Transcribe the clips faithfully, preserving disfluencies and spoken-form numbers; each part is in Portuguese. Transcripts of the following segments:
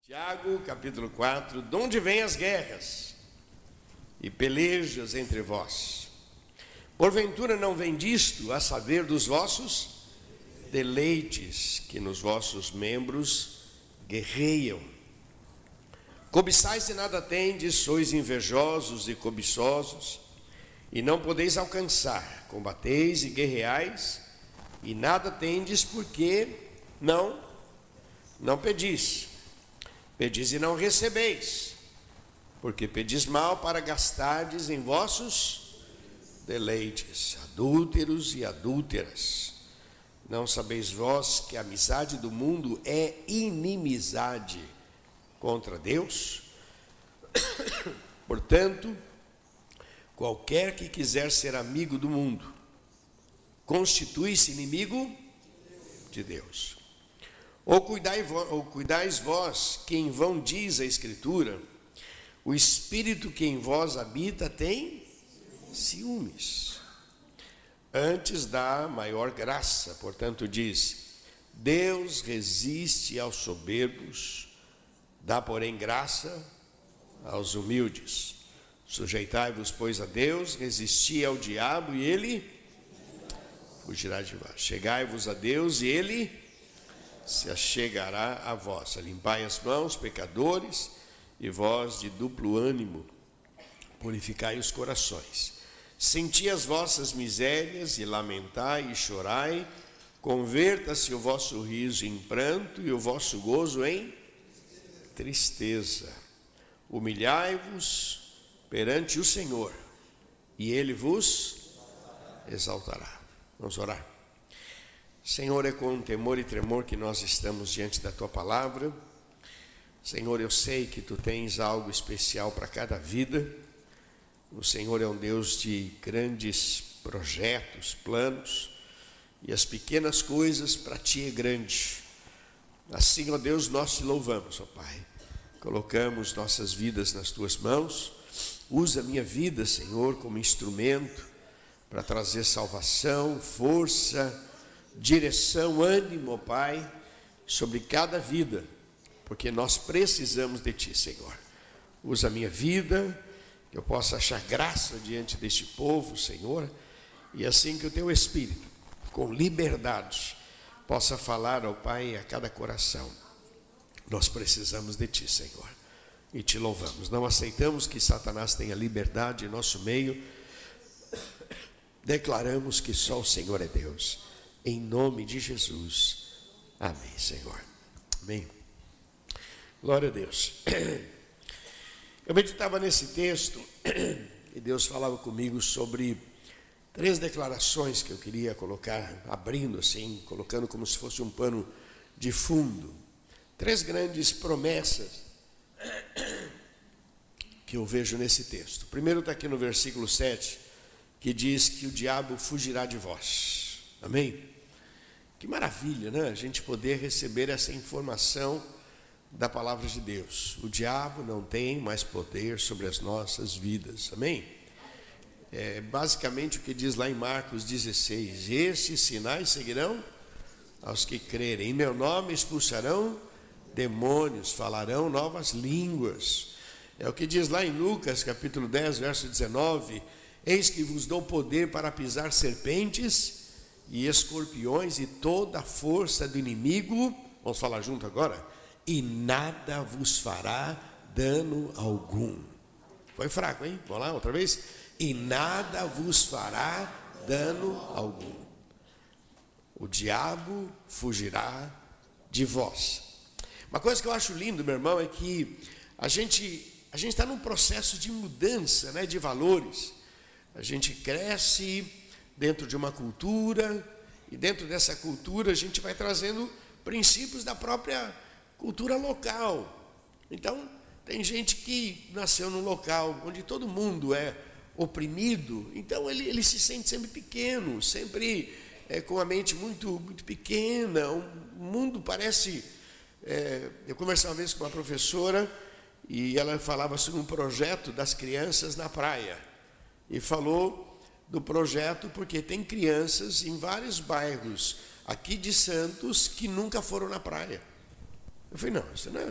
Tiago, capítulo quatro. De onde vêm as guerras e pelejas entre vós? Porventura não vem disto, a saber dos vossos deleites, que nos vossos membros guerreiam? Cobiçais e nada tendes, sois invejosos e cobiçosos, e não podeis alcançar. Combateis e guerreais, e nada tendes, porque não, não pedis. Pedis e não recebeis, porque pedis mal para gastardes em vossos deleites. Adúlteros e adúlteras, não sabeis vós que a amizade do mundo é inimizade contra Deus? Portanto, qualquer que quiser ser amigo do mundo, constitui-se inimigo de Deus. Ou, cuidai, ou cuidais vós, que em vão diz a Escritura, o Espírito que em vós habita tem ciúmes. Antes dá maior graça, portanto diz, Deus resiste aos soberbos, dá porém graça aos humildes. Sujeitai-vos, pois, a Deus, resisti ao diabo e ele fugirá de vós. Chegai-vos a Deus e ele se achegará a vós. Limpai as mãos, pecadores, e vós de duplo ânimo, purificai os corações. Senti as vossas misérias, e lamentai e chorai. Converta-se o vosso riso em pranto, e o vosso gozo em tristeza. Humilhai-vos perante o Senhor, e Ele vos exaltará. Vamos orar. Senhor, é com temor e tremor que nós estamos diante da Tua palavra. Senhor, eu sei que Tu tens algo especial para cada vida. O Senhor é um Deus de grandes projetos, planos, e as pequenas coisas para Ti é grande. Assim, ó Deus, nós Te louvamos, ó Pai. Colocamos nossas vidas nas Tuas mãos. Usa a minha vida, Senhor, como instrumento para trazer salvação, força, direção, ânimo, ó Pai, sobre cada vida, porque nós precisamos de Ti, Senhor. Usa a minha vida, que eu possa achar graça diante deste povo, Senhor, e assim que o Teu Espírito, com liberdade, possa falar, ó Pai, a cada coração. Nós precisamos de Ti, Senhor, e Te louvamos. Não aceitamos que Satanás tenha liberdade em nosso meio. Declaramos que só o Senhor é Deus. Em nome de Jesus. Amém, Senhor. Amém. Glória a Deus. Eu meditava nesse texto e Deus falava comigo sobre três declarações que eu queria colocar, abrindo assim, colocando como se fosse um pano de fundo. Três grandes promessas que eu vejo nesse texto. Primeiro está aqui no versículo sete, que diz que o diabo fugirá de vós. Amém? Que maravilha, né? A gente poder receber essa informação da palavra de Deus. O diabo não tem mais poder sobre as nossas vidas. Amém? É basicamente o que diz lá em Marcos dezesseis. Estes sinais seguirão aos que crerem. Em meu nome expulsarão demônios, falarão novas línguas. É o que diz lá em Lucas capítulo dez, verso dezenove. Eis que vos dou poder para pisar serpentes e escorpiões e toda a força do inimigo, vamos falar junto agora, e nada vos fará dano algum. Foi fraco, hein? Vamos lá, outra vez. E nada vos fará dano algum. O diabo fugirá de vós. Uma coisa que eu acho lindo, meu irmão, é que a gente a gente está num processo de mudança, né, de valores. A gente cresce dentro de uma cultura, e dentro dessa cultura a gente vai trazendo princípios da própria cultura local. Então, tem gente que nasceu num local onde todo mundo é oprimido, então ele, ele se sente sempre pequeno, sempre é, com a mente muito, muito pequena. O mundo parece... É, eu conversei uma vez com uma professora e ela falava sobre um projeto das crianças na praia. E falou do projeto porque tem crianças em vários bairros aqui de Santos que nunca foram na praia. Eu falei, não, isso não é,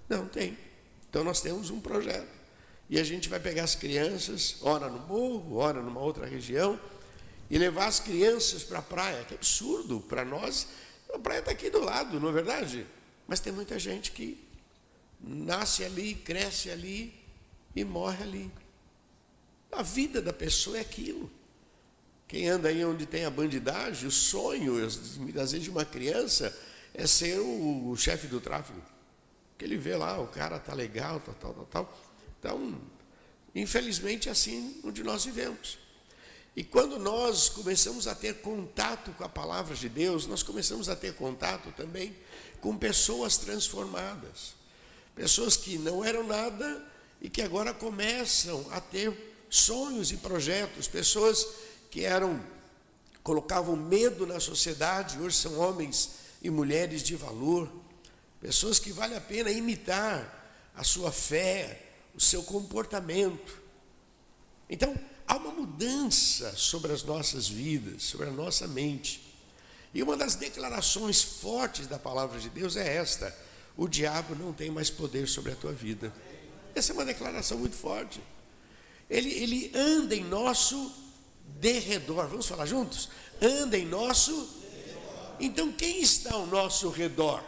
Não tem. Então nós temos um projeto. E a gente vai pegar as crianças, ora no morro, ora numa outra região, e levar as crianças para a praia. Que absurdo para nós. A praia está aqui do lado, não é verdade? Mas tem muita gente que nasce ali, cresce ali e morre ali. A vida da pessoa é aquilo. Quem anda aí onde tem a bandidagem, o sonho, às vezes, de uma criança é ser o, o chefe do tráfico. Porque ele vê lá, o cara está legal, tal, tal, tal, tal. Então, infelizmente, é assim onde nós vivemos. E quando nós começamos a ter contato com a palavra de Deus, nós começamos a ter contato também com pessoas transformadas. Pessoas que não eram nada e que agora começam a ter sonhos e projetos. Pessoas que eram, colocavam medo na sociedade, hoje são homens e mulheres de valor. Pessoas que vale a pena imitar a sua fé, o seu comportamento. Então, há uma mudança sobre as nossas vidas, sobre a nossa mente. E uma das declarações fortes da palavra de Deus é esta: o diabo não tem mais poder sobre a tua vida. Essa é uma declaração muito forte. Ele, ele anda em nosso derredor. Vamos falar juntos? Anda em nosso derredor. Então, quem está ao nosso redor?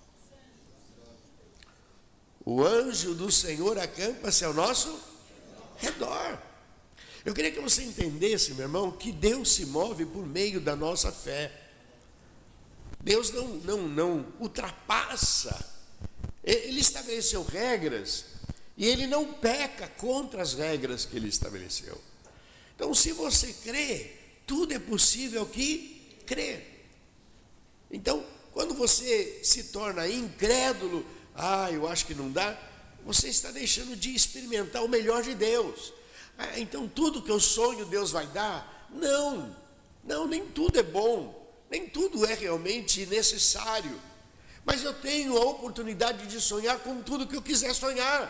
O anjo do Senhor acampa-se ao nosso redor. Eu queria que você entendesse, meu irmão, que Deus se move por meio da nossa fé. Deus não, não, não ultrapassa. Ele estabeleceu regras e Ele não peca contra as regras que Ele estabeleceu. Então, se você crê, tudo é possível que crê. Então, quando você se torna incrédulo, ah, eu acho que não dá, você está deixando de experimentar o melhor de Deus. Ah, então tudo que eu sonho Deus vai dar? Não, não, nem tudo é bom, nem tudo é realmente necessário. Mas eu tenho a oportunidade de sonhar com tudo que eu quiser sonhar.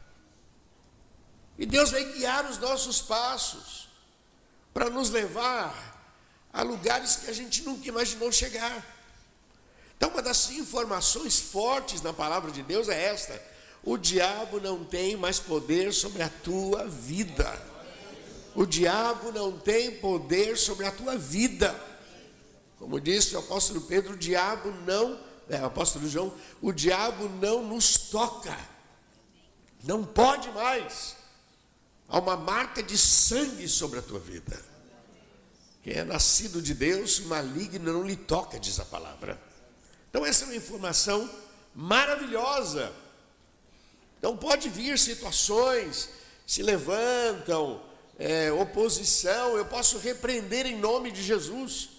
E Deus vai guiar os nossos passos para nos levar a lugares que a gente nunca imaginou chegar. Então, uma das informações fortes na palavra de Deus é esta: o diabo não tem mais poder sobre a tua vida. O diabo não tem poder sobre a tua vida. Como disse o apóstolo Pedro, o diabo não, é, o apóstolo João, o diabo não nos toca. Não pode mais. Há uma marca de sangue sobre a tua vida. Quem é nascido de Deus, maligno não lhe toca, diz a palavra. Então essa é uma informação maravilhosa. Então pode vir situações, se levantam, é, oposição, eu posso repreender em nome de Jesus.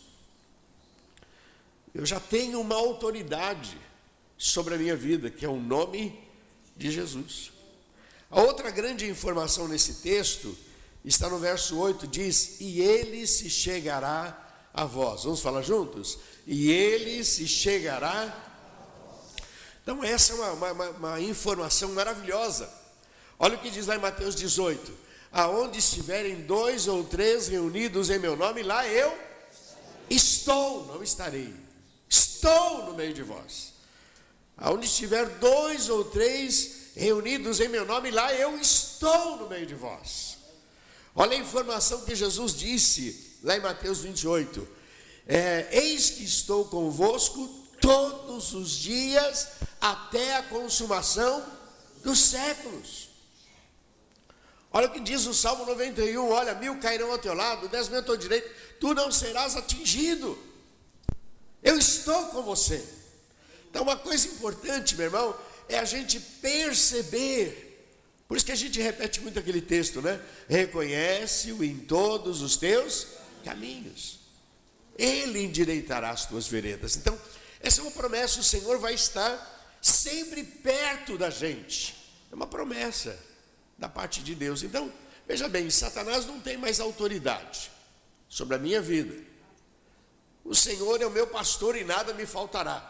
Eu já tenho uma autoridade sobre a minha vida, que é o nome de Jesus. A outra grande informação nesse texto está no verso oito, diz: e ele se chegará a vós. Vamos falar juntos? E ele se chegará. Então essa é uma, uma, uma informação maravilhosa. Olha o que diz lá em Mateus dezoito: aonde estiverem dois ou três reunidos em meu nome, lá eu estou, não estarei, estou no meio de vós. Aonde estiver dois ou três reunidos em meu nome, lá eu estou no meio de vós. Olha a informação que Jesus disse lá em Mateus vinte e oito: é, eis que estou convosco todos os dias até a consumação dos séculos. Olha o que diz o Salmo noventa e um: olha, mil cairão ao teu lado, dez mil ao teu direito, tu não serás atingido. Eu estou com você. Então uma coisa importante, meu irmão, é a gente perceber. Por isso que a gente repete muito aquele texto, né? Reconhece-o em todos os teus caminhos, Ele endireitará as tuas veredas. Então, essa é uma promessa, o Senhor vai estar sempre perto da gente. É uma promessa da parte de Deus. Então, veja bem, Satanás não tem mais autoridade sobre a minha vida. O Senhor é o meu pastor e nada me faltará.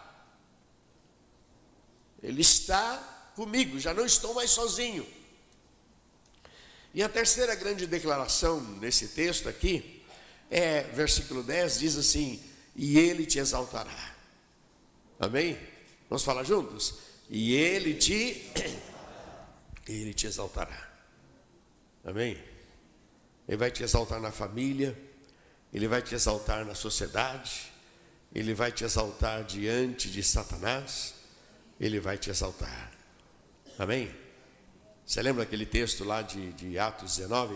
Ele está comigo, já não estou mais sozinho. E a terceira grande declaração nesse texto aqui, é, versículo dez, diz assim: e Ele te exaltará. Amém? Vamos falar juntos? e ele te, ele te exaltará. Amém? Ele vai te exaltar na família, ele vai te exaltar na sociedade, ele vai te exaltar diante de Satanás, ele vai te exaltar. Amém? Você lembra aquele texto lá de, de Atos dezenove?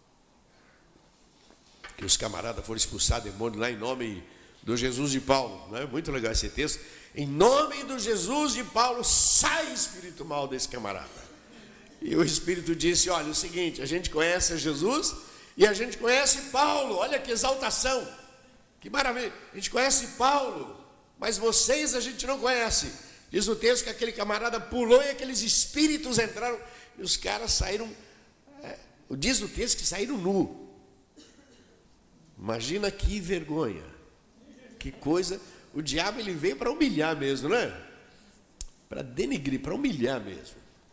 Que os camaradas foram expulsar demônio lá em nome do Jesus de Paulo, não é? Muito legal esse texto. Em nome do Jesus de Paulo, sai espírito mal desse camarada. E o Espírito disse, olha, é o seguinte, a gente conhece a Jesus e a gente conhece Paulo. Olha que exaltação, que maravilha. A gente conhece Paulo, mas vocês a gente não conhece. Diz o texto que aquele camarada pulou e aqueles espíritos entraram e os caras saíram, é, diz o texto que saíram nu. Imagina que vergonha, que coisa. O diabo ele veio para humilhar mesmo, né? Para denegrir, para humilhar mesmo.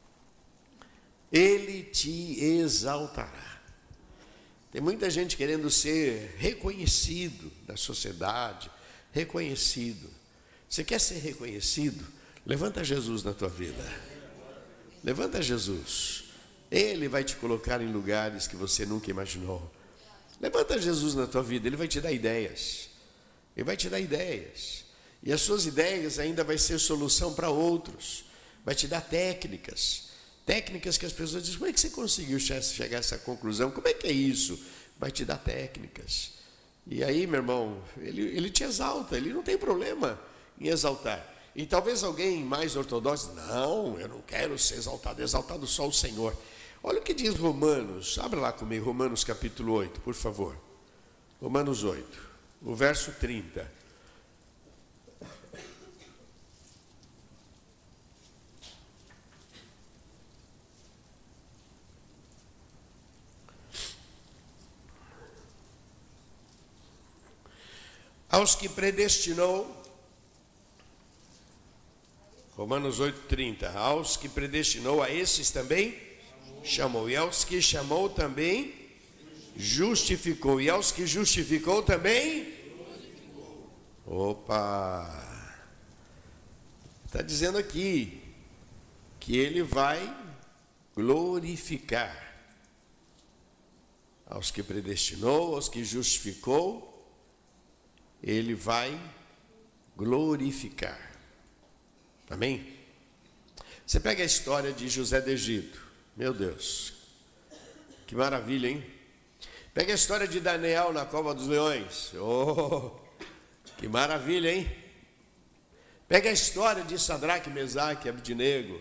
Ele te exaltará. Tem muita gente querendo ser reconhecido na sociedade, reconhecido. Você quer ser reconhecido? Levanta Jesus na tua vida. Levanta Jesus. Ele vai te colocar em lugares que você nunca imaginou. Levanta Jesus na tua vida, ele vai te dar ideias. Ele vai te dar ideias. E as suas ideias ainda vai ser solução para outros. Vai te dar técnicas. Técnicas que as pessoas dizem, como é que você conseguiu chegar a essa conclusão? Como é que é isso? Vai te dar técnicas. E aí, meu irmão, ele, ele te exalta, ele não tem problema em exaltar. E talvez alguém mais ortodoxo, não, eu não quero ser exaltado, exaltado só o Senhor. Olha o que diz Romanos, abre lá comigo, Romanos capítulo oito, por favor. Romanos oito. O verso trinta. Aos que predestinou, Romanos oito, trinta. Aos que predestinou, a esses também chamou. E aos que chamou também justificou. E aos que justificou também... Opa! Está dizendo aqui que ele vai glorificar. Aos que predestinou, aos que justificou, ele vai glorificar. Amém? Você pega a história de José do Egito. Meu Deus, que maravilha, hein? Pega a história de Daniel na cova dos leões. Oh, que maravilha, hein? Pega a história de Sadraque, Mesaque e Abdinego.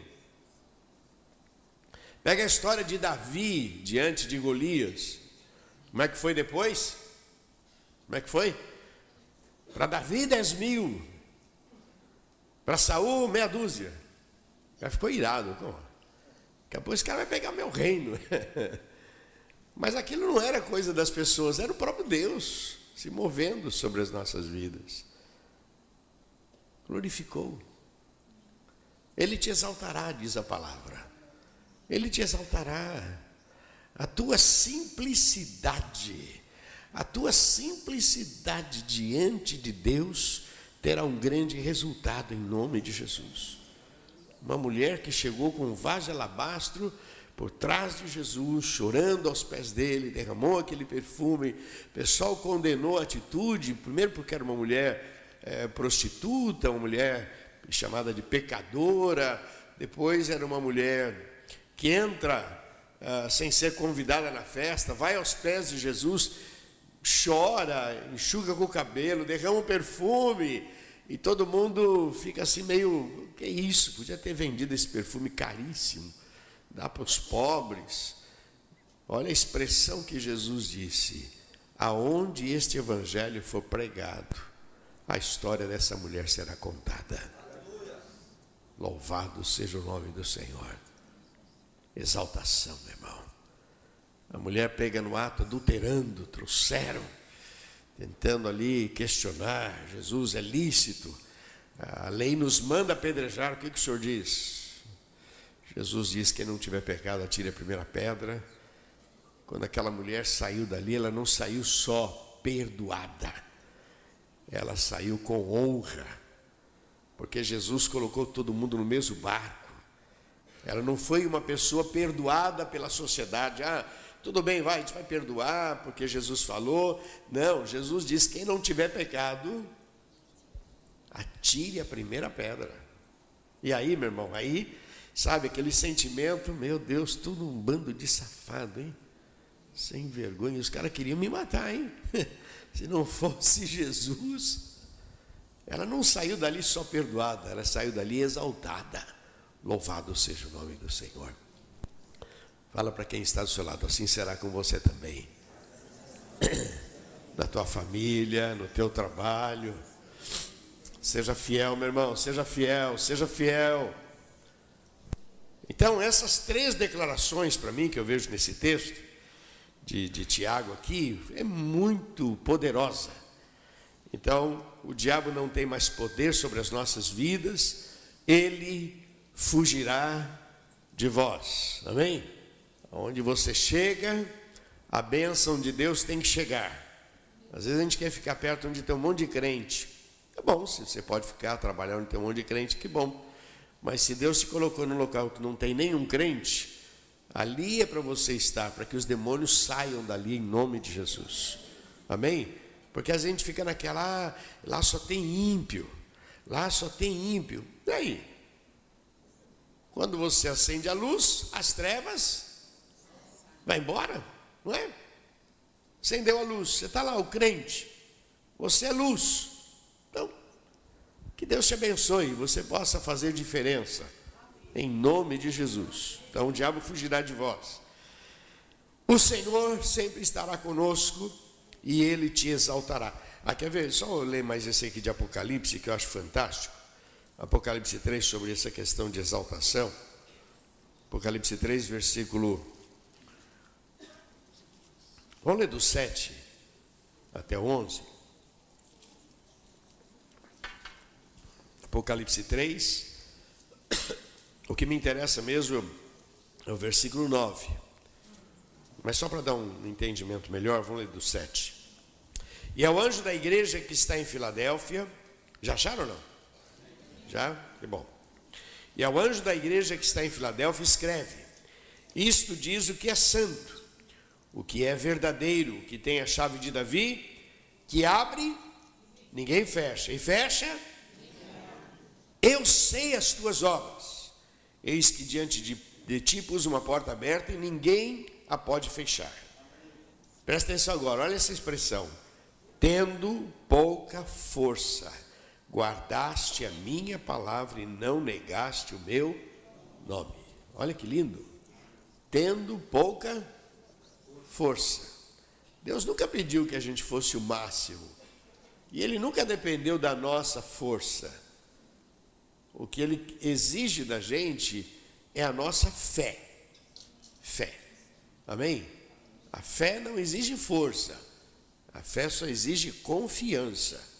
Pega a história de Davi diante de Golias. Como é que foi depois? Como é que foi? Para Davi, dez mil. Para Saul, meia dúzia. Já ficou irado. Daqui a pouco esse cara vai pegar meu reino. Mas aquilo não era coisa das pessoas, era o próprio Deus se movendo sobre as nossas vidas. Glorificou. Ele te exaltará, diz a palavra. Ele te exaltará. A tua simplicidade, a tua simplicidade diante de Deus terá um grande resultado em nome de Jesus. Uma mulher que chegou com um vaso de alabastro por trás de Jesus, chorando aos pés dele, derramou aquele perfume. O pessoal condenou a atitude, primeiro porque era uma mulher é, prostituta, uma mulher chamada de pecadora. Depois era uma mulher que entra Uh, sem ser convidada na festa, vai aos pés de Jesus, chora, enxuga com o cabelo, derrama um perfume, e todo mundo fica assim meio, que isso? Podia ter vendido esse perfume caríssimo, dá para os pobres. Olha a expressão que Jesus disse: aonde este evangelho for pregado, a história dessa mulher será contada. Louvado seja o nome do Senhor. Exaltação, meu irmão. A mulher pega no ato, adulterando, trouxeram, tentando ali questionar. Jesus, é lícito, a lei nos manda apedrejar. O que, que o senhor diz? Jesus diz: quem não tiver pecado, atire a primeira pedra. Quando aquela mulher saiu dali, ela não saiu só perdoada, ela saiu com honra, porque Jesus colocou todo mundo no mesmo barco. Ela não foi uma pessoa perdoada pela sociedade. Ah, tudo bem, vai, a gente vai perdoar, porque Jesus falou. Não, Jesus disse, quem não tiver pecado, atire a primeira pedra. E aí, meu irmão, aí, sabe, aquele sentimento, meu Deus, tudo um bando de safado, hein? Sem vergonha, os caras queriam me matar, hein? Se não fosse Jesus. Ela não saiu dali só perdoada, ela saiu dali exaltada. Louvado seja o nome do Senhor. Fala para quem está do seu lado, assim será com você também. Na tua família, no teu trabalho. Seja fiel, meu irmão, seja fiel, seja fiel. Então, essas três declarações para mim que eu vejo nesse texto de, de Tiago aqui, é muito poderosa. Então, o diabo não tem mais poder sobre as nossas vidas, ele fugirá de vós. Amém? Onde você chega, a bênção de Deus tem que chegar. Às vezes a gente quer ficar perto onde tem um monte de crente. É bom, se você pode ficar, trabalhar onde tem um monte de crente, que bom. Mas se Deus te colocou num local que não tem nenhum crente, ali é para você estar, para que os demônios saiam dali em nome de Jesus. Amém? Porque a gente fica naquela, ah, lá só tem ímpio, lá só tem ímpio. E aí? Quando você acende a luz, as trevas vai embora, não é? Acendeu a luz, você está lá, o crente, você é luz. Então, que Deus te abençoe e você possa fazer diferença, em nome de Jesus. Então o diabo fugirá de vós. O Senhor sempre estará conosco e Ele te exaltará. Ah, quer ver? Só eu ler mais esse aqui de Apocalipse, que eu acho fantástico. Apocalipse três, sobre essa questão de exaltação. Apocalipse três, versículo... Vamos ler do sete até o onze. Apocalipse três. O que me interessa mesmo é o versículo nove. Mas só para dar um entendimento melhor, vamos ler do sete. E ao anjo da igreja que está em Filadélfia... Já acharam ou não? Já? Que bom. E ao anjo da igreja que está em Filadélfia escreve: isto diz o que é santo, o que é verdadeiro, o que tem a chave de Davi, que abre, ninguém fecha, e fecha, eu sei as tuas obras, eis que diante de, de ti pus uma porta aberta e ninguém a pode fechar. Presta atenção agora, olha essa expressão: tendo pouca força, guardaste a minha palavra e não negaste o meu nome. Olha que lindo. Tendo pouca força. Deus nunca pediu que a gente fosse o máximo. E Ele nunca dependeu da nossa força. O que Ele exige da gente é a nossa fé. Fé. Amém? A fé não exige força. A fé só exige confiança.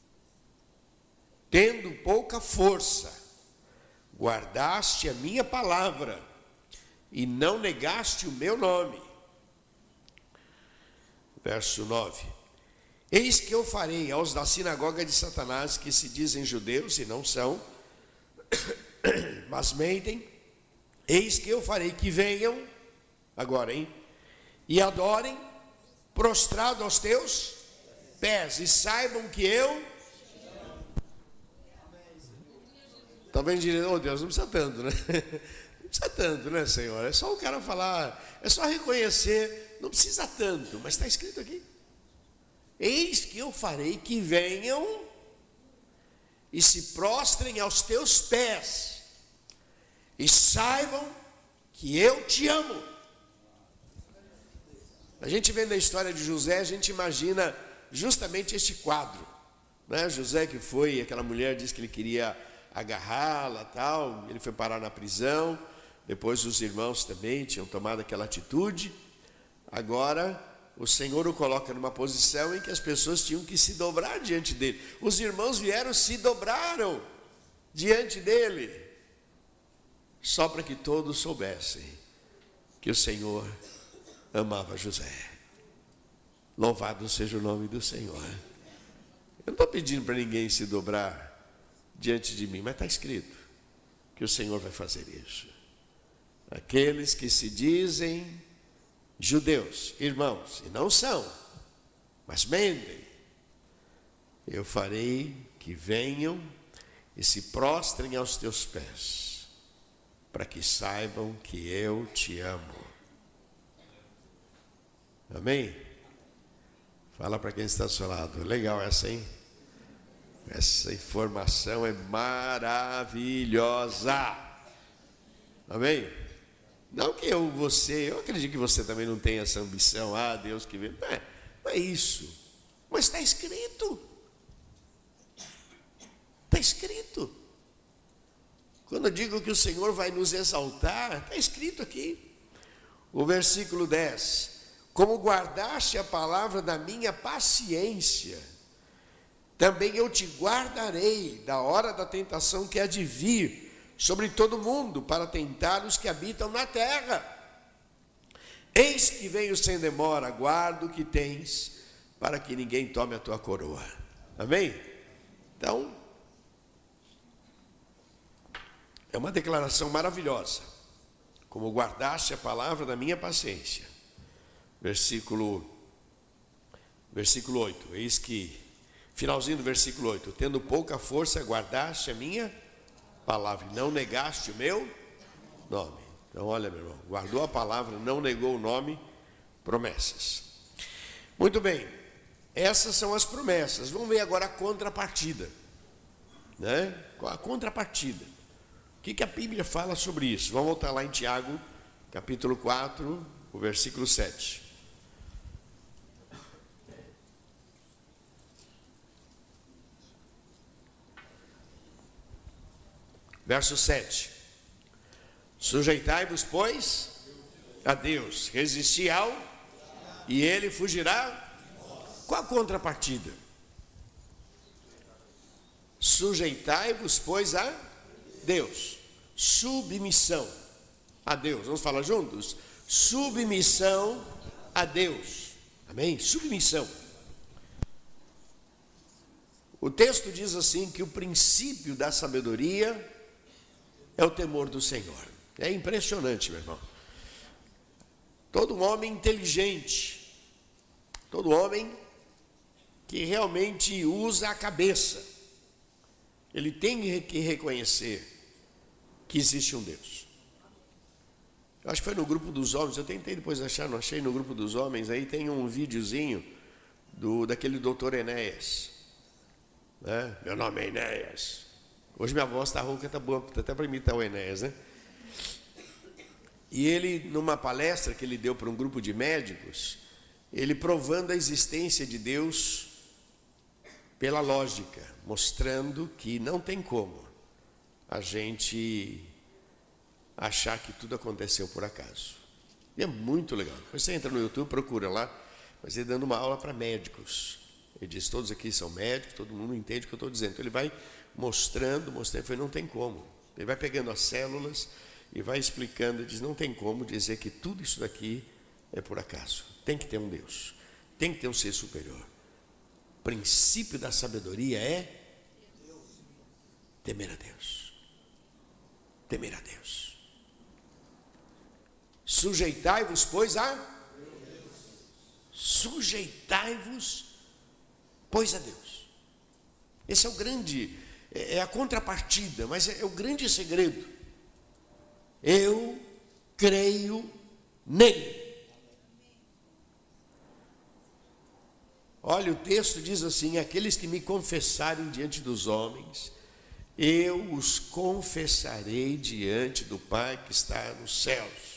Tendo pouca força, guardaste a minha palavra e não negaste o meu nome. Verso nove. Eis que eu farei aos da sinagoga de Satanás, que se dizem judeus e não são, mas mentem, eis que eu farei que venham, agora, hein, e adorem, prostrado aos teus pés, e saibam que eu... Talvez direm, oh Deus, não precisa tanto, né? Não precisa tanto, né, Senhor? É só o cara falar, é só reconhecer, não precisa tanto, mas está escrito aqui. Eis que eu farei que venham e se prostrem aos teus pés e saibam que eu te amo. A gente vendo a história de José, a gente imagina justamente este quadro, né? José que foi, aquela mulher disse que ele queria agarrá-la, tal, ele foi parar na prisão, depois os irmãos também tinham tomado aquela atitude. Agora o Senhor o coloca numa posição em que as pessoas tinham que se dobrar diante dele. Os irmãos vieram, se dobraram diante dele, só para que todos soubessem que o Senhor amava José. Louvado seja o nome do Senhor. Eu não estou pedindo para ninguém se dobrar diante de mim, mas está escrito que o Senhor vai fazer isso. Aqueles que se dizem judeus, irmãos, e não são, mas mentem, eu farei que venham e se prostrem aos teus pés, para que saibam que eu te amo. Amém? Fala para quem está ao seu lado. Legal essa, hein? Essa informação é maravilhosa. Amém? Não que eu, você, eu acredito que você também não tenha essa ambição. Ah, Deus que vê. Não é, não é isso. Mas está escrito. Está escrito. Quando eu digo que o Senhor vai nos exaltar, está escrito aqui. O versículo dez. Como guardaste a palavra da minha paciência, também eu te guardarei da hora da tentação que há de vir sobre todo mundo, para tentar os que habitam na terra. Eis que venho sem demora, guarda o que tens, para que ninguém tome a tua coroa. Amém? Então, é uma declaração maravilhosa. Como guardaste a palavra da minha paciência. Versículo, versículo oito, eis que, finalzinho do versículo oito, tendo pouca força, guardaste a minha palavra, e não negaste o meu nome. Então, olha, meu irmão, guardou a palavra, não negou o nome, promessas. Muito bem, essas são as promessas. Vamos ver agora a contrapartida, né? A contrapartida. O que, que a Bíblia fala sobre isso? Vamos voltar lá em Tiago, capítulo quatro, o versículo sete. Verso sete. Sujeitai-vos, pois, a Deus, resisti ao, e ele fugirá. Qual a contrapartida? Sujeitai-vos, pois, a Deus. Submissão a Deus. Vamos falar juntos? Submissão a Deus. Amém? Submissão. O texto diz assim que o princípio da sabedoria é o temor do Senhor. É impressionante, meu irmão. Todo homem inteligente, todo homem que realmente usa a cabeça, ele tem que reconhecer que existe um Deus. Eu acho que foi no grupo dos homens, eu tentei depois achar, não achei, no grupo dos homens, aí tem um videozinho do, daquele doutor Enéas. Né? Meu nome é Enéas. Hoje minha voz está rouca, está boa, até para imitar o Enéas, né? E ele, numa palestra que ele deu para um grupo de médicos, ele provando a existência de Deus pela lógica, mostrando que não tem como a gente achar que tudo aconteceu por acaso. E é muito legal. Depois você entra no YouTube, procura lá, mas ele dando uma aula para médicos. Ele diz, todos aqui são médicos, todo mundo entende o que eu estou dizendo. Então ele vai mostrando, mostrando, ele não tem como. Ele vai pegando as células e vai explicando, ele diz, não tem como dizer que tudo isso daqui é por acaso. Tem que ter um Deus, tem que ter um ser superior. O princípio da sabedoria é temer a Deus. Temer a Deus. Sujeitai-vos, pois, a... Sujeitai-vos, pois, a Deus. Esse é o grande, é a contrapartida, mas é o grande segredo. Eu creio nele. Olha, o texto diz assim, aqueles que me confessarem diante dos homens, eu os confessarei diante do Pai que está nos céus.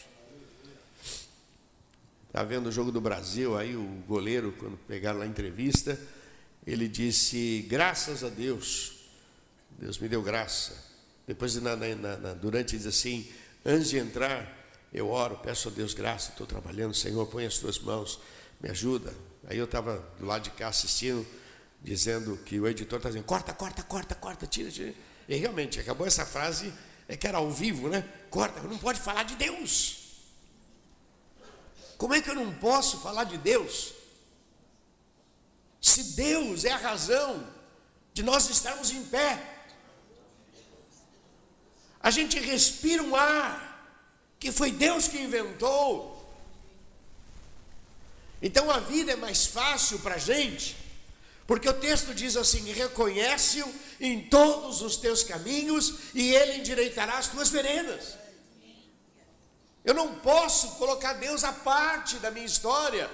Está vendo o jogo do Brasil, aí o goleiro, quando pegaram lá a entrevista, ele disse, graças a Deus, Deus me deu graça. Depois, na, na, na, durante, diz assim, antes de entrar, eu oro, peço a Deus graça, estou trabalhando, Senhor, põe as tuas mãos, me ajuda. Aí eu estava do lado de cá assistindo, dizendo que o editor está dizendo, corta, corta, corta, corta, tira, tira. E realmente, acabou essa frase, é que era ao vivo, né? Corta, não pode falar de Deus. Como é que eu não posso falar de Deus? Se Deus é a razão de nós estarmos em pé. A gente respira um ar que foi Deus que inventou. Então a vida é mais fácil para a gente, porque o texto diz assim: reconhece-o em todos os teus caminhos e ele endireitará as tuas veredas. Eu não posso colocar Deus à parte da minha história.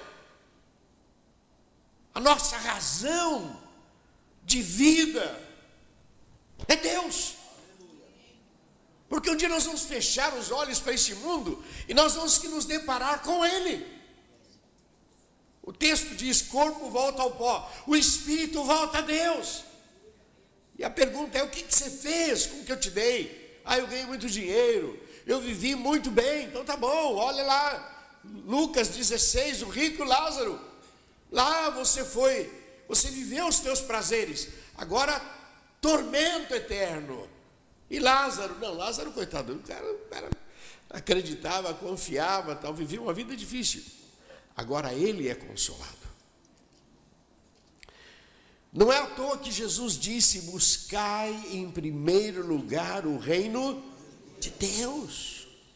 A nossa razão de vida é Deus. Porque um dia nós vamos fechar os olhos para este mundo e nós vamos que nos deparar com Ele. O texto diz: corpo volta ao pó, o espírito volta a Deus. E a pergunta é: o que você fez com o que eu te dei? Ah, eu ganhei muito dinheiro, eu vivi muito bem. Então tá bom, olha lá, Lucas dezesseis, o rico Lázaro. Lá você foi, você viveu os teus prazeres, agora tormento eterno. E Lázaro, não, Lázaro, coitado, o cara, o cara acreditava, confiava, tal, vivia uma vida difícil. Agora ele é consolado. Não é à toa que Jesus disse: buscai em primeiro lugar o reino de Deus.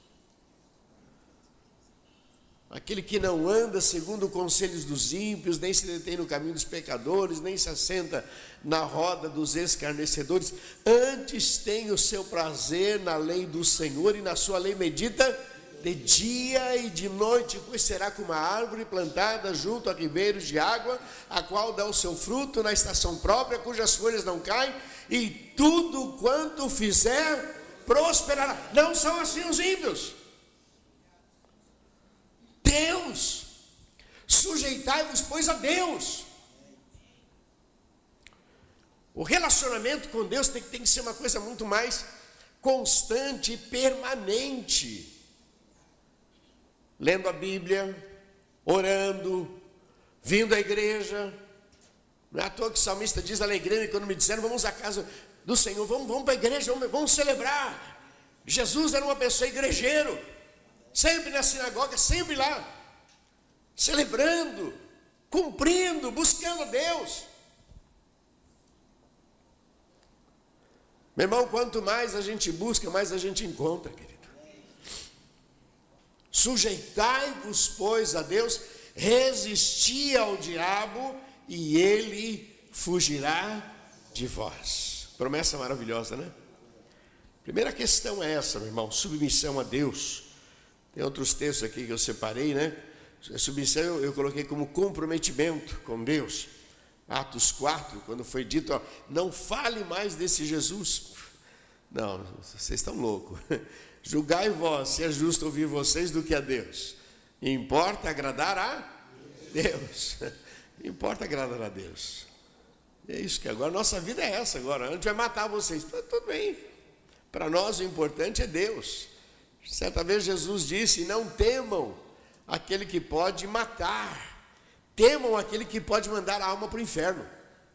Aquele que não anda segundo os conselhos dos ímpios, nem se detém no caminho dos pecadores, nem se assenta na roda dos escarnecedores, antes tem o seu prazer na lei do Senhor, e na sua lei medita de dia e de noite, pois será como uma árvore plantada junto a ribeiros de água, a qual dá o seu fruto na estação própria, cujas folhas não caem, e tudo quanto fizer prosperará. Não são assim os ímpios. Deus, sujeitai-vos, pois, a Deus. O relacionamento com Deus tem, tem que ser uma coisa muito mais constante e permanente. Lendo a Bíblia, orando, vindo à igreja. Não é à toa que o salmista diz: alegrei-me quando me disseram, vamos à casa do Senhor, vamos, vamos para a igreja, vamos, vamos celebrar. Jesus era uma pessoa igrejeiro, sempre na sinagoga, sempre lá, celebrando, cumprindo, buscando a Deus. Meu irmão, quanto mais a gente busca, mais a gente encontra, querido. Sujeitai-vos, pois, a Deus, resisti ao diabo e ele fugirá de vós. Promessa maravilhosa, né? Primeira questão é essa, meu irmão: submissão a Deus. Tem outros textos aqui que eu separei, né? Submissão eu, eu coloquei como comprometimento com Deus. Atos quatro, quando foi dito, ó, não fale mais desse Jesus. Não, vocês estão loucos. Julgai vós se é justo ouvir vocês do que a Deus. Importa agradar a Deus. Importa agradar a Deus. É isso que agora, nossa vida é essa agora. A gente vai matar vocês. Tudo bem. Para nós o importante é Deus. Certa vez Jesus disse: não temam aquele que pode matar, temam aquele que pode mandar a alma para o inferno.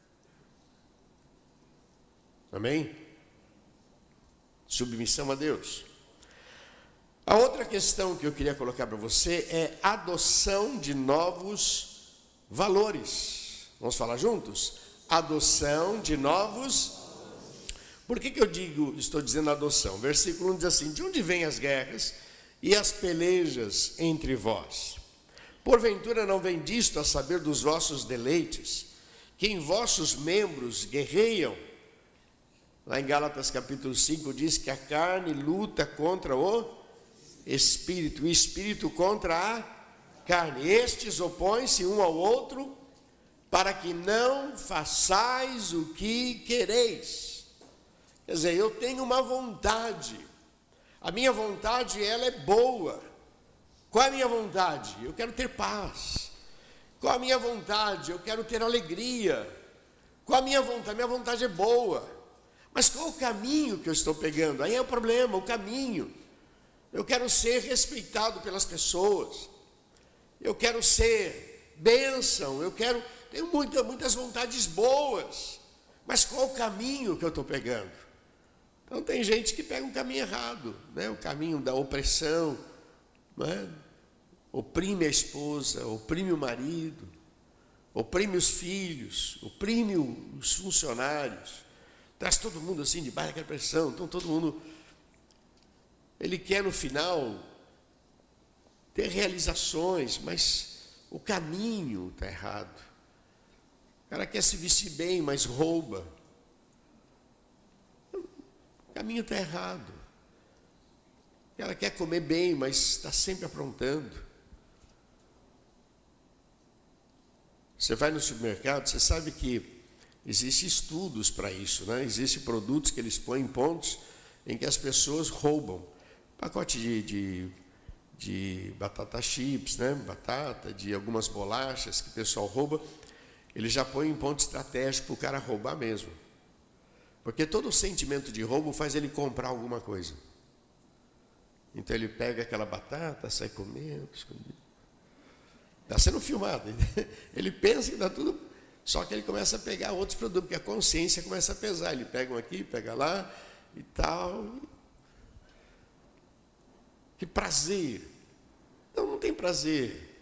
Amém? Submissão a Deus. A outra questão que eu queria colocar para você é adoção de novos valores. Vamos falar juntos? Adoção de novos. Por que que eu digo, estou dizendo adoção? Versículo um diz assim: de onde vêm as guerras e as pelejas entre vós? Porventura não vem disto a saber dos vossos deleites, que em vossos membros guerreiam? Lá em Gálatas capítulo cinco diz que a carne luta contra o espírito, o espírito contra a carne. Estes opõem-se um ao outro, para que não façais o que quereis. Quer dizer, eu tenho uma vontade, a minha vontade, ela é boa. Qual é a minha vontade? Eu quero ter paz. Qual é a minha vontade? Eu quero ter alegria. Qual é a minha vontade? A minha vontade é boa. Mas qual o caminho que eu estou pegando? Aí é o problema, o caminho. Eu quero ser respeitado pelas pessoas. Eu quero ser bênção. Eu quero, tenho muita, muitas vontades boas. Mas qual o caminho que eu estou pegando? Então tem gente que pega um caminho errado, né? O caminho da opressão, não é? Oprime a esposa, oprime o marido, oprime os filhos, oprime os funcionários, traz todo mundo assim debaixo daquela pressão. Então todo mundo ele quer no final ter realizações, mas o caminho está errado. O cara quer se vestir bem, mas rouba. O caminho está errado. O cara quer comer bem, mas está sempre aprontando. Você vai no supermercado, você sabe que existem estudos para isso, né? Existem produtos que eles põem em pontos em que as pessoas roubam. Pacote de, de, de batata chips, né? Batata, de algumas bolachas que o pessoal rouba, ele já põe em ponto estratégico para o cara roubar mesmo. Porque todo o sentimento de roubo faz ele comprar alguma coisa. Então ele pega aquela batata, sai comendo, escondido. Está sendo filmado. Ele pensa que dá tudo, só que ele começa a pegar outros produtos, porque a consciência começa a pesar. Ele pega um aqui, pega lá e tal. Que prazer. Então não tem prazer.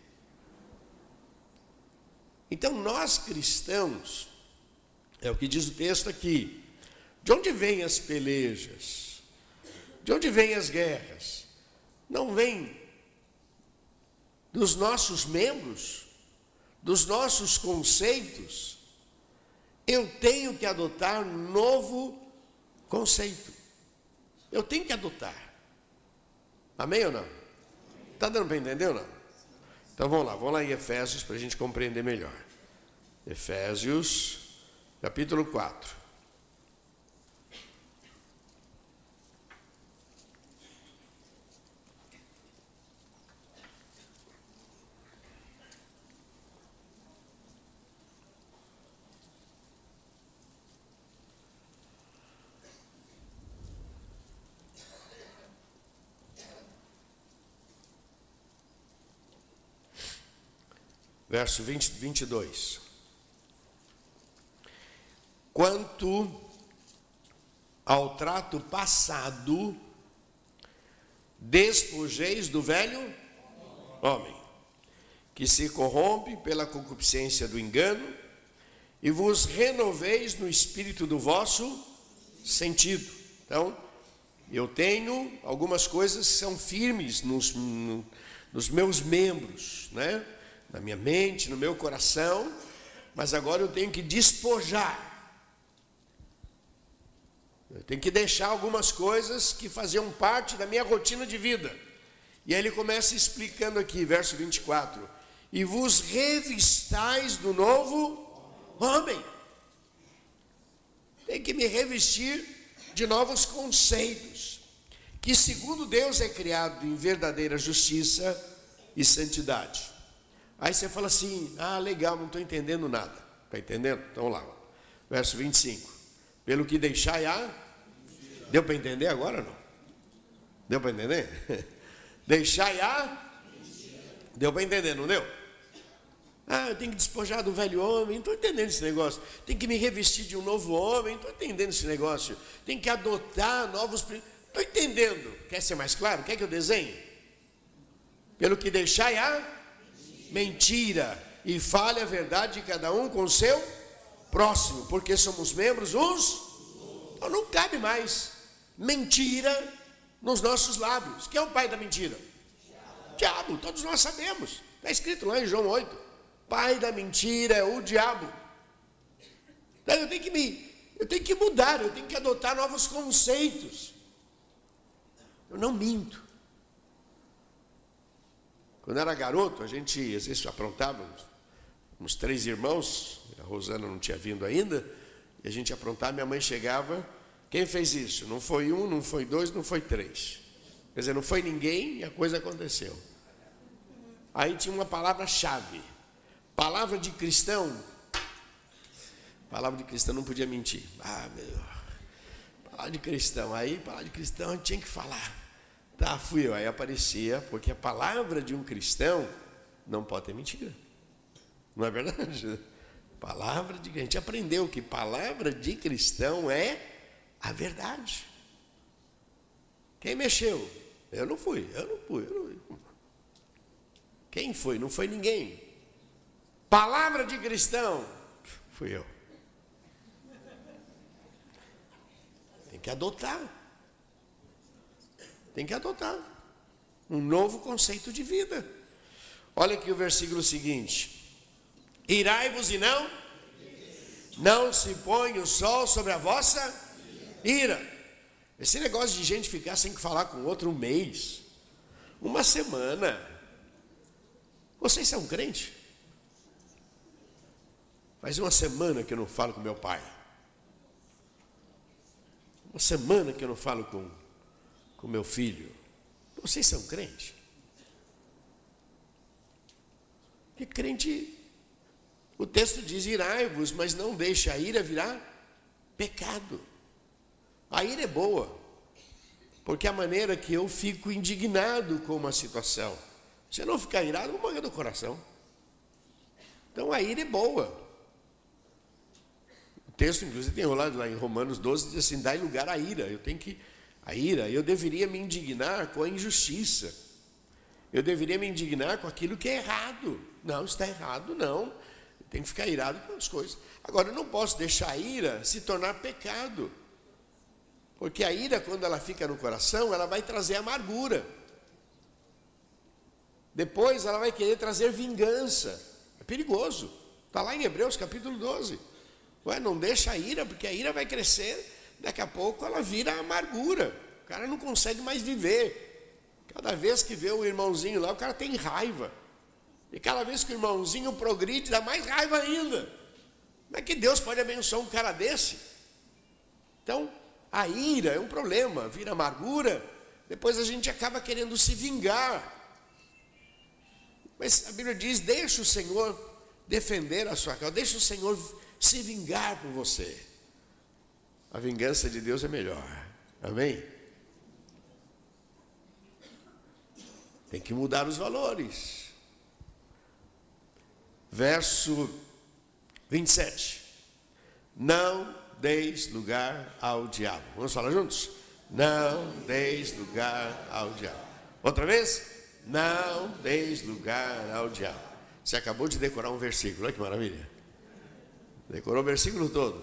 Então nós cristãos, é o que diz o texto aqui, de onde vêm as pelejas? De onde vêm as guerras? Não vem dos nossos membros, dos nossos conceitos. Eu tenho que adotar um novo conceito. Eu tenho que adotar. Amém ou não? Está dando para entender ou não? Então vamos lá, vamos lá em Efésios para a gente compreender melhor. Efésios, capítulo quatro. Verso vinte, vinte e dois. Quanto ao trato passado, despojeis do velho homem, que se corrompe pela concupiscência do engano, e vos renoveis no espírito do vosso sentido. Então, eu tenho algumas coisas que são firmes nos, no, nos meus membros, né? Na minha mente, no meu coração, mas agora eu tenho que despojar. Eu tenho que deixar algumas coisas que faziam parte da minha rotina de vida. E aí ele começa explicando aqui, verso vinte e quatro. E vos revistais do novo homem. Tem que me revestir de novos conceitos, que segundo Deus é criado em verdadeira justiça e santidade. Aí você fala assim, ah, legal, não estou entendendo nada. Está entendendo? Então vamos lá. Verso vinte e cinco. Pelo que deixai a... Deu para entender agora ou não? Deu para entender? Deixai a... Deu para entender, não deu? Ah, eu tenho que despojar do velho homem, não estou entendendo esse negócio. Tem que me revestir de um novo homem, não estou entendendo esse negócio. Tem que adotar novos... Estou entendendo. Quer ser mais claro? Quer que eu desenhe? Pelo que deixai a... mentira, e fale a verdade de cada um com o seu próximo, porque somos membros uns, então não cabe mais mentira nos nossos lábios. Quem é o pai da mentira? Diabo, diabo, todos nós sabemos, está escrito lá em João oito, pai da mentira é o diabo. Então eu tenho que me, eu tenho que mudar, eu tenho que adotar novos conceitos. Eu não minto. Quando era garoto, a gente às vezes aprontava, uns três irmãos, a Rosana não tinha vindo ainda, e a gente aprontava, minha mãe chegava, quem fez isso? Não foi um, não foi dois, não foi três. Quer dizer, não foi ninguém e a coisa aconteceu. Aí tinha uma palavra-chave, palavra de cristão, palavra de cristão não podia mentir. Ah, meu, palavra de cristão, aí palavra de cristão tinha que falar. Tá, fui eu, aí aparecia, porque a palavra de um cristão não pode ter mentira. Não é verdade? Palavra de... A gente aprendeu que palavra de cristão é a verdade. Quem mexeu? Eu não fui, eu não fui, eu não fui. Quem foi? Não foi ninguém. Palavra de cristão, fui eu. Tem que adotar. tem que adotar um novo conceito de vida. Olha aqui o versículo seguinte: irai-vos e não, não se põe o sol sobre a vossa ira. Esse negócio de gente ficar sem falar com o outro um mês, uma semana. Vocês são crentes? Faz uma semana que eu não falo com meu pai. Uma semana que eu não falo com com meu filho. Vocês são crentes? Porque crente, o texto diz irai-vos, mas não deixe a ira virar pecado. A ira é boa, porque a maneira que eu fico indignado com uma situação. Se eu não ficar irado, eu vou morrer do coração. Então a ira é boa. O texto, inclusive, tem rolado lá em Romanos doze, diz assim: dai lugar à ira. Eu tenho que, a ira, eu deveria me indignar com a injustiça. Eu deveria me indignar com aquilo que é errado. Não, está errado, não. Eu tenho que ficar irado com as coisas. Agora, eu não posso deixar a ira se tornar pecado. Porque a ira, quando ela fica no coração, ela vai trazer amargura. Depois ela vai querer trazer vingança. É perigoso. Está lá em Hebreus capítulo doze. Ué, não deixa a ira, porque a ira vai crescer. Daqui a pouco ela vira amargura. O cara não consegue mais viver. Cada vez que vê o irmãozinho lá, o cara tem raiva. E cada vez que o irmãozinho progride, dá mais raiva ainda. Como é que Deus pode abençoar um cara desse? Então, a ira é um problema, vira amargura, depois a gente acaba querendo se vingar. Mas a Bíblia diz: deixa o Senhor defender a sua causa, deixa o Senhor se vingar por você. A vingança de Deus é melhor, amém? Tem que mudar os valores. Verso vinte e sete: não deis lugar ao diabo. Vamos falar juntos? Não deis lugar ao diabo. Outra vez? Não deis lugar ao diabo. Você acabou de decorar um versículo, olha que maravilha. Decorou o versículo todo.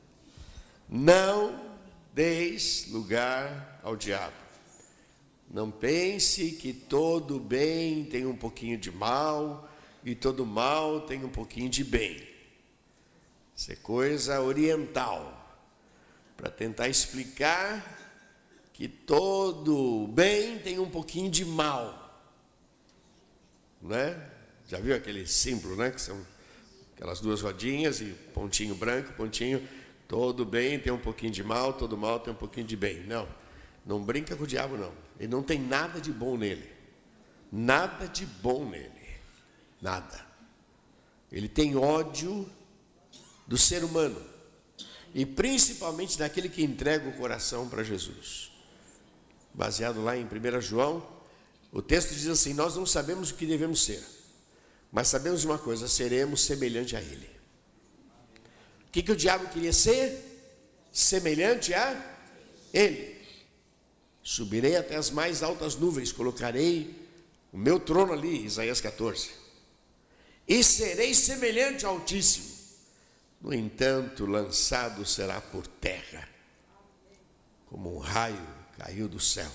Não deis lugar ao diabo. Não pense que todo bem tem um pouquinho de mal e todo mal tem um pouquinho de bem. Isso é coisa oriental, para tentar explicar que todo bem tem um pouquinho de mal, né? Já viu aquele símbolo, né? Que são aquelas duas rodinhas e pontinho branco, pontinho. Todo bem tem um pouquinho de mal, todo mal tem um pouquinho de bem. Não, não brinca com o diabo, não. Ele não tem nada de bom nele, nada de bom nele, nada. Ele tem ódio do ser humano, e principalmente daquele que entrega o coração para Jesus. Baseado lá em primeiro João, o texto diz assim: nós não sabemos o que devemos ser, mas sabemos de uma coisa: seremos semelhante a Ele. O que, que o diabo queria ser? Semelhante a Ele. Subirei até as mais altas nuvens, colocarei o meu trono ali, Isaías catorze, e serei semelhante ao Altíssimo. No entanto, lançado será por terra, como um raio caiu do céu.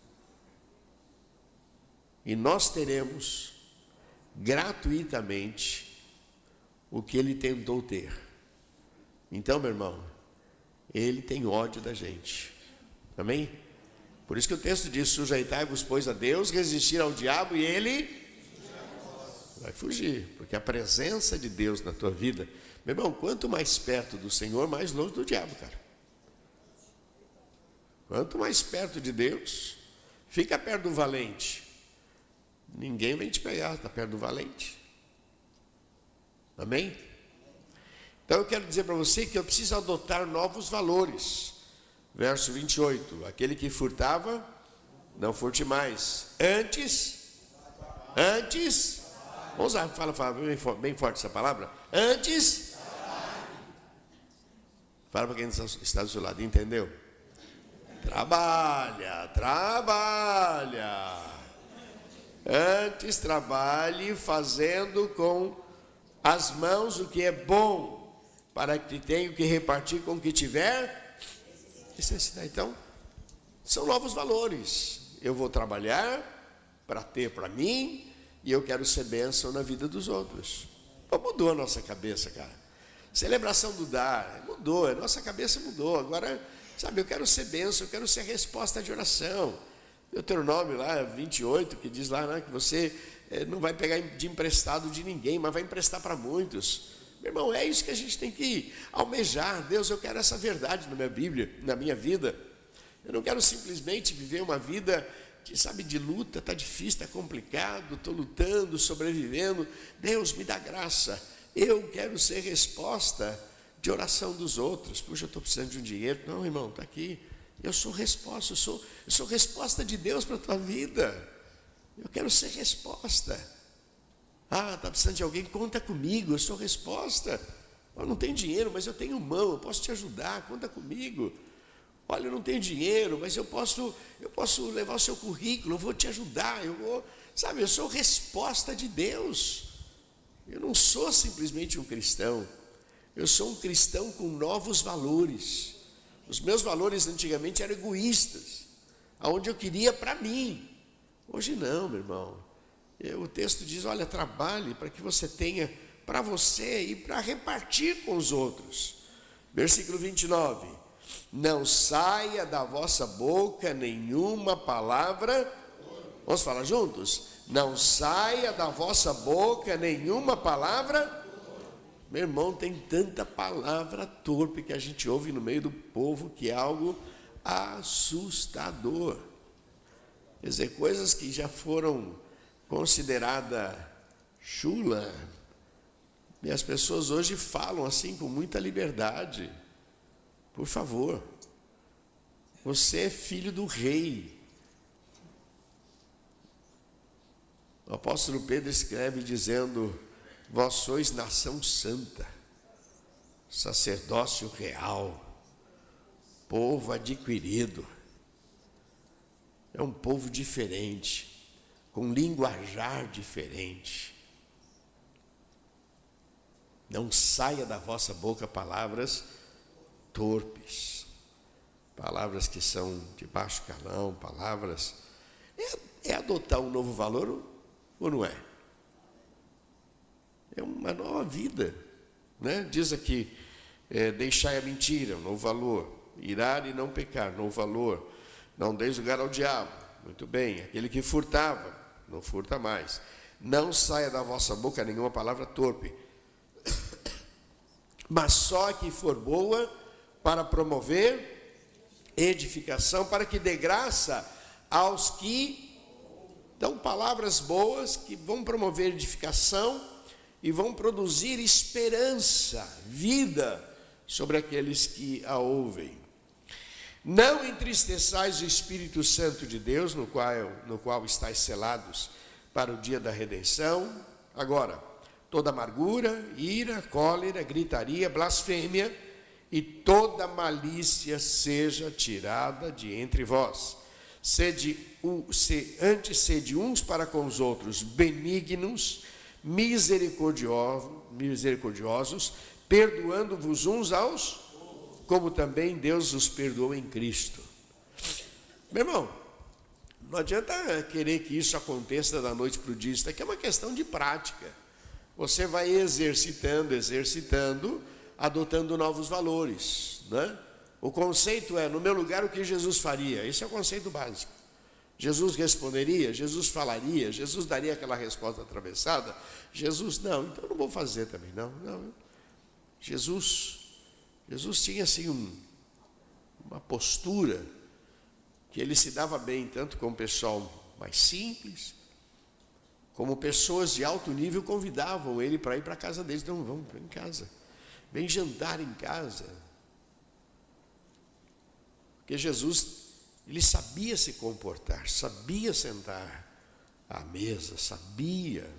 E nós teremos gratuitamente o que ele tentou ter. Então, meu irmão, ele tem ódio da gente. Amém? Por isso que o texto diz: sujeitai-vos, pois, a Deus, resistir ao diabo e ele vai fugir. Porque a presença de Deus na tua vida, meu irmão, quanto mais perto do Senhor, mais longe do diabo, cara. Quanto mais perto de Deus, fica perto do valente. Ninguém vem te pegar, está perto do valente. Amém? Então eu quero dizer para você que eu preciso adotar novos valores. Verso vinte e oito: aquele que furtava, não furte mais. Antes, antes, vamos usar, fala, fala bem, bem forte essa palavra. Antes, fala para quem está do seu lado, entendeu? Trabalha, trabalha. Antes trabalhe fazendo com as mãos o que é bom, para que tenha o que repartir com o que tiver necessidade. Então, são novos valores. eu vou trabalhar para ter para mim e eu quero ser bênção na vida dos outros. Pô, mudou a nossa cabeça, cara. Celebração do dar, mudou, a nossa cabeça mudou. Agora, sabe, eu quero ser bênção, eu quero ser resposta de oração. Deuteronômio lá, vinte e oito, que diz lá, né, que você é, não vai pegar de emprestado de ninguém, mas vai emprestar para muitos. Meu irmão, é isso que a gente tem que almejar. Deus, eu quero essa verdade na minha Bíblia, na minha vida. Eu não quero simplesmente viver uma vida de, sabe, de luta, está difícil, está complicado, estou lutando, sobrevivendo. Deus, me dá graça. Eu quero ser resposta de oração dos outros. Puxa, eu estou precisando de um dinheiro. Não, irmão, está aqui. Eu sou resposta, eu sou, eu sou resposta de Deus para a tua vida. Eu quero ser resposta. Ah, está precisando de alguém? Conta comigo, eu sou resposta. Eu não tenho dinheiro, mas eu tenho mão, eu posso te ajudar, conta comigo. Olha, eu não tenho dinheiro, mas eu posso, eu posso levar o seu currículo, eu vou te ajudar, eu vou, sabe, eu sou resposta de Deus. Eu não sou simplesmente um cristão, eu sou um cristão com novos valores. Os meus valores antigamente eram egoístas, aonde eu queria para mim. Hoje não, meu irmão. O texto diz, olha, trabalhe para que você tenha para você e para repartir com os outros. Versículo vinte e nove. Não saia da vossa boca nenhuma palavra. Vamos falar juntos? Não saia da vossa boca nenhuma palavra. Meu irmão, tem tanta palavra torpe que a gente ouve no meio do povo que é algo assustador. Quer dizer, coisas que já foram consideradas chula, e as pessoas hoje falam assim com muita liberdade. Por favor, você é filho do rei. O apóstolo Pedro escreve dizendo, vós sois nação santa, sacerdócio real, povo adquirido. É um povo diferente, com linguajar diferente. Não saia da vossa boca palavras torpes, palavras que são de baixo calão, palavras... É, é adotar um novo valor ou não é? É uma nova vida, né? Diz aqui, é, deixai a mentira, um novo valor. Irar e não pecar, novo valor. Não deis lugar ao diabo, muito bem. Aquele que furtava, não furta mais. Não saia da vossa boca nenhuma palavra torpe, mas só que for boa para promover edificação, para que dê graça aos que dão palavras boas, que vão promover edificação e vão produzir esperança, vida sobre aqueles que a ouvem. Não entristeçais o Espírito Santo de Deus, no qual, no qual estáis selados para o dia da redenção. Agora, toda amargura, ira, cólera, gritaria, blasfêmia e toda malícia seja tirada de entre vós. Sede, se, antes sede uns para com os outros benignos, misericordiosos, misericordiosos perdoando-vos uns aos, como também Deus os perdoou em Cristo. Meu irmão, não adianta querer que isso aconteça da noite para o dia, isso aqui é uma questão de prática. Você vai exercitando, exercitando, adotando novos valores, né? O conceito é, no meu lugar, o que Jesus faria? Esse é o conceito básico. Jesus responderia, Jesus falaria, Jesus daria aquela resposta atravessada. Jesus, não, então eu não vou fazer também, não. não. Jesus, Jesus tinha assim um, uma postura que ele se dava bem tanto com o pessoal mais simples, como pessoas de alto nível convidavam ele para ir para a casa deles. Não, vamos em casa, vem jantar em casa. Porque Jesus, ele sabia se comportar, sabia sentar à mesa, sabia.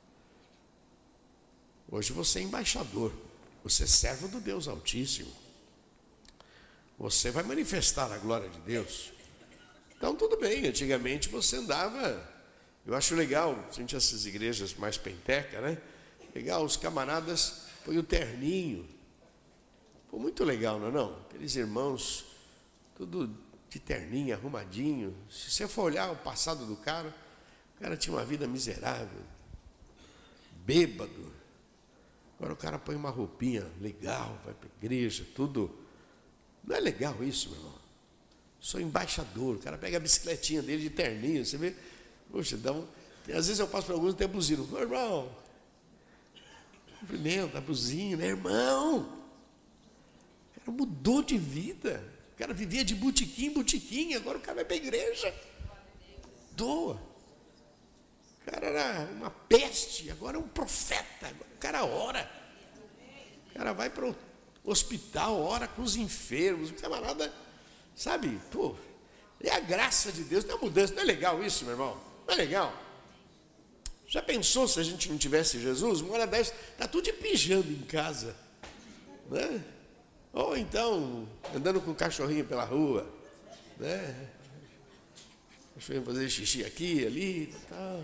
Hoje você é embaixador, você é servo do Deus Altíssimo. Você vai manifestar a glória de Deus. Então tudo bem, antigamente você andava, eu acho legal, gente, essas igrejas mais penteca, né? Legal, os camaradas põem o terninho. Pô, muito legal, não é não? Aqueles irmãos, tudo de terninho, arrumadinho. Se você for olhar o passado do cara, o cara tinha uma vida miserável, bêbado. Agora o cara põe uma roupinha legal, vai para a igreja, tudo. Não é legal isso, meu irmão? Sou embaixador, o cara pega a bicicletinha dele de terninho, você vê, poxa, dá um... às vezes eu passo por alguns e tem buzino. Meu irmão, cumprimenta, a buzina, né, irmão? O cara mudou de vida. O cara vivia de botequim em botequim, agora o cara vai para a igreja. Doa. O cara era uma peste, agora é um profeta. Agora o cara ora. O cara vai para o hospital, ora com os enfermos. O camarada, sabe, pô, é a graça de Deus, não é mudança. Não é legal isso, meu irmão? Não é legal? Já pensou se a gente não tivesse Jesus? Uma hora dessa, está tudo de pijama em casa, né? Ou então, andando com o cachorrinho pela rua, né? Cachorrinho fazer xixi aqui, ali, tal.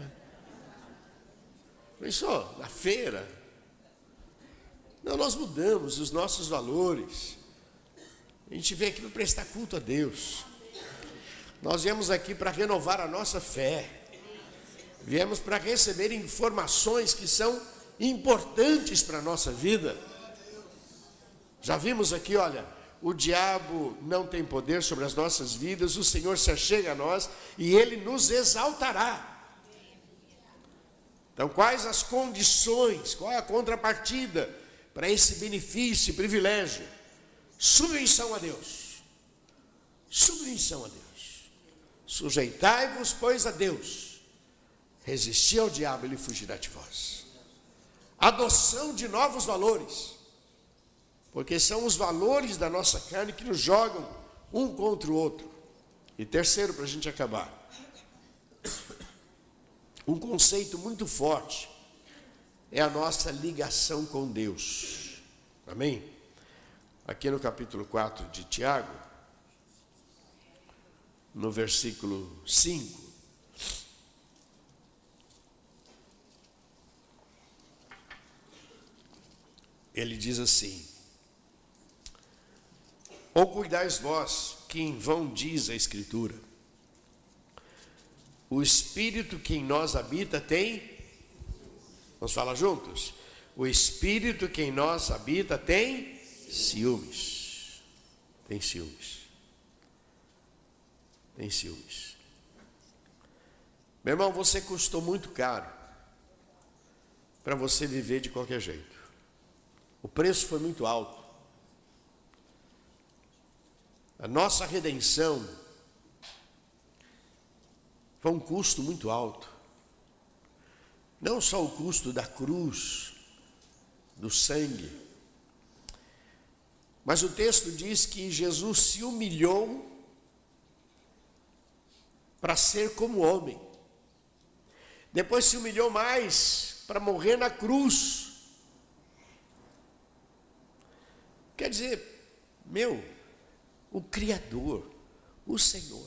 Pensou? Na feira. Não, nós mudamos os nossos valores. A gente vem aqui para prestar culto a Deus. Nós viemos aqui para renovar a nossa fé. Viemos para receber informações que são importantes para a nossa vida. Já vimos aqui, olha, o diabo não tem poder sobre as nossas vidas, o Senhor se achega a nós e Ele nos exaltará. Então, quais as condições, qual é a contrapartida para esse benefício e privilégio? Submissão a Deus. Submissão a Deus. Sujeitai-vos, pois, a Deus. Resisti ao diabo, ele fugirá de vós. Adoção de novos valores. Porque são os valores da nossa carne que nos jogam um contra o outro. E terceiro, para a gente acabar, um conceito muito forte é a nossa ligação com Deus. Amém? Aqui no capítulo quatro de Tiago, no versículo cinco, ele diz assim: ou cuidais vós, que em vão diz a Escritura, o Espírito que em nós habita tem, vamos falar juntos? O Espírito que em nós habita tem ciúmes. Tem ciúmes. Tem ciúmes. Meu irmão, você custou muito caro para você viver de qualquer jeito. O preço foi muito alto. A nossa redenção foi um custo muito alto. Não só o custo da cruz, do sangue, mas o texto diz que Jesus se humilhou para ser como homem. Depois se humilhou mais para morrer na cruz. Quer dizer, meu, o Criador, o Senhor.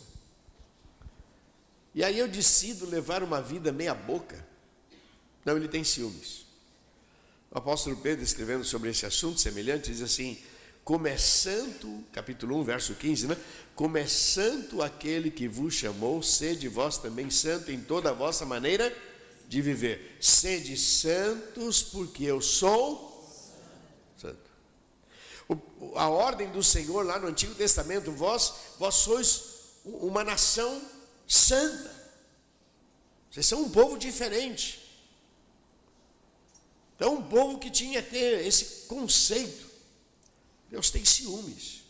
E aí eu decido levar uma vida meia boca. Não, ele tem ciúmes. O apóstolo Pedro, escrevendo sobre esse assunto semelhante, diz assim: como é santo, capítulo um, verso quinze, né? Como é santo aquele que vos chamou, sede vós também santo em toda a vossa maneira de viver. Sede santos, porque eu sou santo. O, a ordem do Senhor lá no Antigo Testamento, vós, vós sois uma nação santa. Vocês são um povo diferente. Então, um povo que tinha que ter esse conceito. Deus tem ciúmes.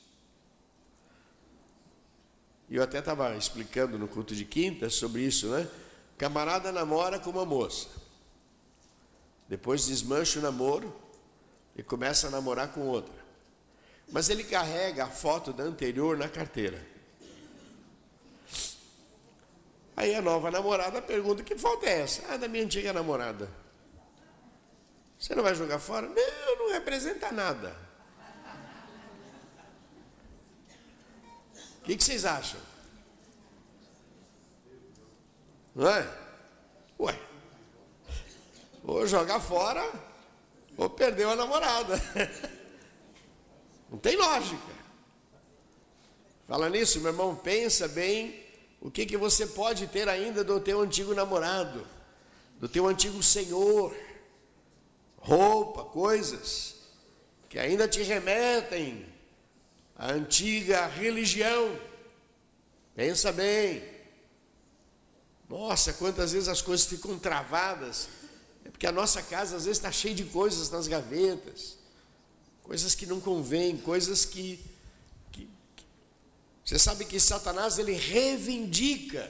E eu até estava explicando no culto de quinta sobre isso, né? Camarada namora com uma moça. Depois desmancha o namoro e começa a namorar com outra. Mas ele carrega a foto da anterior na carteira. Aí a nova namorada pergunta: que foto é essa? Ah, da minha antiga namorada. Você não vai jogar fora? Não, não representa nada. O que, que vocês acham? Não é? Ué, ou jogar fora, ou perdeu a namorada. Não tem lógica. Fala nisso, meu irmão, pensa bem o que, que você pode ter ainda do teu antigo namorado, do teu antigo senhor, roupa, coisas que ainda te remetem à antiga religião. Pensa bem. Nossa, quantas vezes as coisas ficam travadas. É porque a nossa casa às vezes está cheia de coisas nas gavetas, coisas que não convêm, coisas que, que, que... Você sabe que Satanás, ele reivindica.